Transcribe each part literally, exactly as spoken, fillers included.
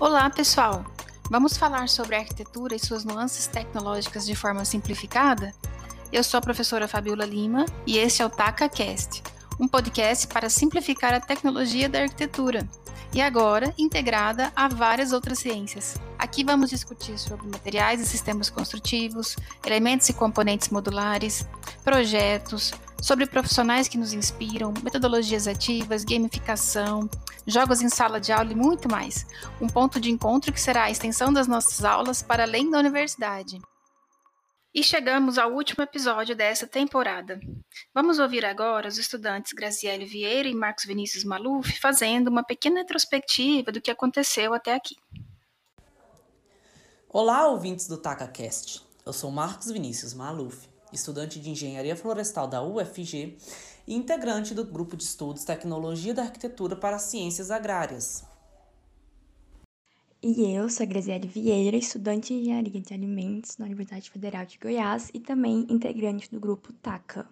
Olá, pessoal! Vamos falar sobre a arquitetura e suas nuances tecnológicas de forma simplificada? Eu sou a professora Fabiola Lima e este é o TacaCast, um podcast para simplificar a tecnologia da arquitetura e agora integrada a várias outras ciências. Aqui vamos discutir sobre materiais e sistemas construtivos, elementos e componentes modulares, projetos, sobre profissionais que nos inspiram, metodologias ativas, gamificação, jogos em sala de aula e muito mais. Um ponto de encontro que será a extensão das nossas aulas para além da universidade. E chegamos ao último episódio dessa temporada. Vamos ouvir agora os estudantes Graziele Vieira e Marcos Vinícius Maluf fazendo uma pequena retrospectiva do que aconteceu até aqui. Olá, ouvintes do TacaCast. Eu sou Marcos Vinícius Maluf, estudante de Engenharia Florestal da U F G e integrante do Grupo de Estudos Tecnologia da Arquitetura para Ciências Agrárias. E eu sou a Graziele Vieira, estudante de Engenharia de Alimentos na Universidade Federal de Goiás e também integrante do Grupo TACA.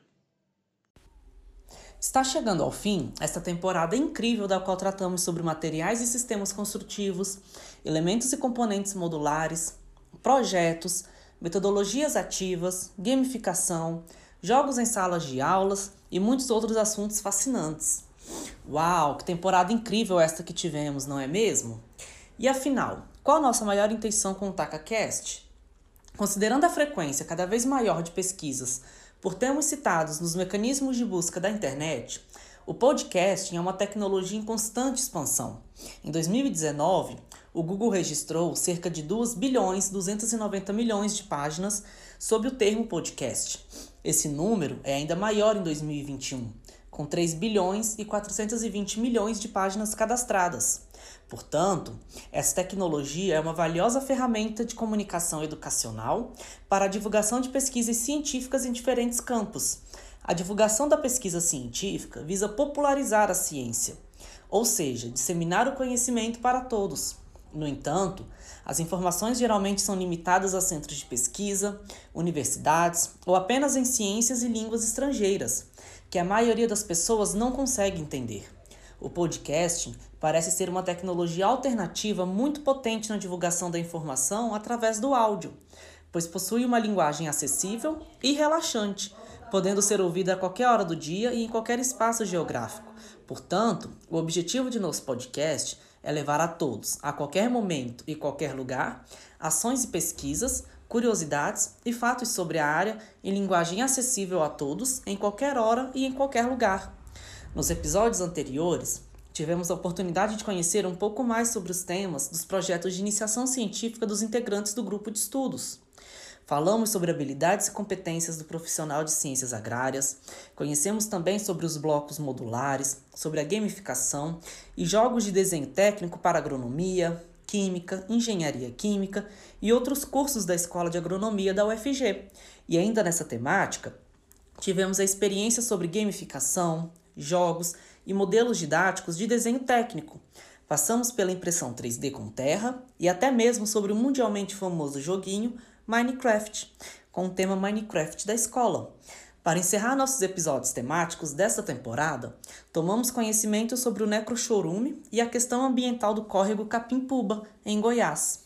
Está chegando ao fim esta temporada incrível da qual tratamos sobre materiais e sistemas construtivos, elementos e componentes modulares, projetos, metodologias ativas, gamificação, jogos em salas de aulas e muitos outros assuntos fascinantes. Uau, que temporada incrível esta que tivemos, não é mesmo? E afinal, qual a nossa maior intenção com o TacaCast? Considerando a frequência cada vez maior de pesquisas por termos citados nos mecanismos de busca da internet, o podcasting é uma tecnologia em constante expansão. Em dois mil e dezenove, o Google registrou cerca de dois bilhões duzentos e noventa milhões de páginas sob o termo podcast. Esse número é ainda maior em dois mil e vinte e um, com três bilhões e quatrocentos e vinte milhões de páginas cadastradas. Portanto, essa tecnologia é uma valiosa ferramenta de comunicação educacional para a divulgação de pesquisas científicas em diferentes campos. A divulgação da pesquisa científica visa popularizar a ciência, ou seja, disseminar o conhecimento para todos. No entanto, as informações geralmente são limitadas a centros de pesquisa, universidades ou apenas em ciências e línguas estrangeiras, que a maioria das pessoas não consegue entender. O podcasting parece ser uma tecnologia alternativa muito potente na divulgação da informação através do áudio, pois possui uma linguagem acessível e relaxante, podendo ser ouvida a qualquer hora do dia e em qualquer espaço geográfico. Portanto, o objetivo de nosso podcast é levar a todos, a qualquer momento e qualquer lugar, ações e pesquisas, curiosidades e fatos sobre a área em linguagem acessível a todos, em qualquer hora e em qualquer lugar. Nos episódios anteriores, tivemos a oportunidade de conhecer um pouco mais sobre os temas dos projetos de iniciação científica dos integrantes do grupo de estudos. Falamos sobre habilidades e competências do profissional de ciências agrárias, conhecemos também sobre os blocos modulares, sobre a gamificação e jogos de desenho técnico para agronomia, química, engenharia química e outros cursos da Escola de Agronomia da U F G. E ainda nessa temática, tivemos a experiência sobre gamificação, jogos e modelos didáticos de desenho técnico. Passamos pela impressão três D com terra e até mesmo sobre o mundialmente famoso joguinho Minecraft, com o tema Minecraft da escola. Para encerrar nossos episódios temáticos desta temporada, tomamos conhecimento sobre o necrochorume e a questão ambiental do córrego Capim-Puba, em Goiás.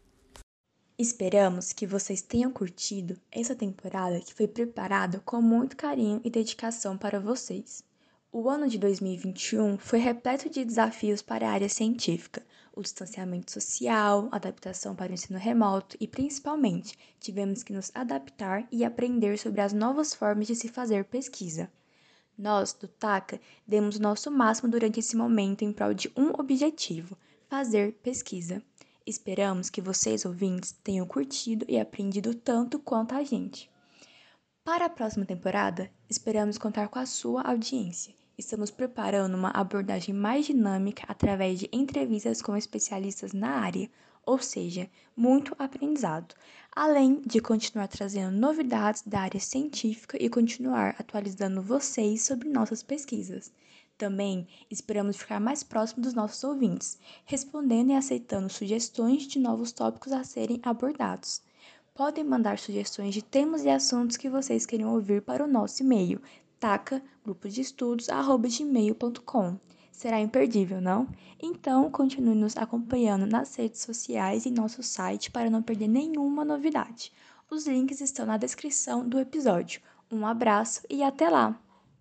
Esperamos que vocês tenham curtido essa temporada que foi preparada com muito carinho e dedicação para vocês. O ano de dois mil e vinte e um foi repleto de desafios para a área científica, o distanciamento social, adaptação para o ensino remoto e, principalmente, tivemos que nos adaptar e aprender sobre as novas formas de se fazer pesquisa. Nós, do TACA, demos o nosso máximo durante esse momento em prol de um objetivo: fazer pesquisa. Esperamos que vocês, ouvintes, tenham curtido e aprendido tanto quanto a gente. Para a próxima temporada, esperamos contar com a sua audiência. Estamos preparando uma abordagem mais dinâmica através de entrevistas com especialistas na área, ou seja, muito aprendizado, além de continuar trazendo novidades da área científica e continuar atualizando vocês sobre nossas pesquisas. Também esperamos ficar mais próximo dos nossos ouvintes, respondendo e aceitando sugestões de novos tópicos a serem abordados. Podem mandar sugestões de temas e assuntos que vocês queiram ouvir para o nosso e-mail, taca grupo de estudos arroba gmail ponto com. Será imperdível, não? Então, continue nos acompanhando nas redes sociais e nosso site para não perder nenhuma novidade. Os links estão na descrição do episódio. Um abraço e até lá!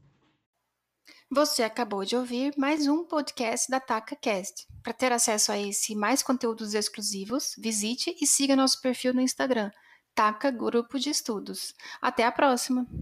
Você acabou de ouvir mais um podcast da TacaCast. Para ter acesso a esse e mais conteúdos exclusivos, visite e siga nosso perfil no Instagram, Taca Grupo de Estudos. Até a próxima!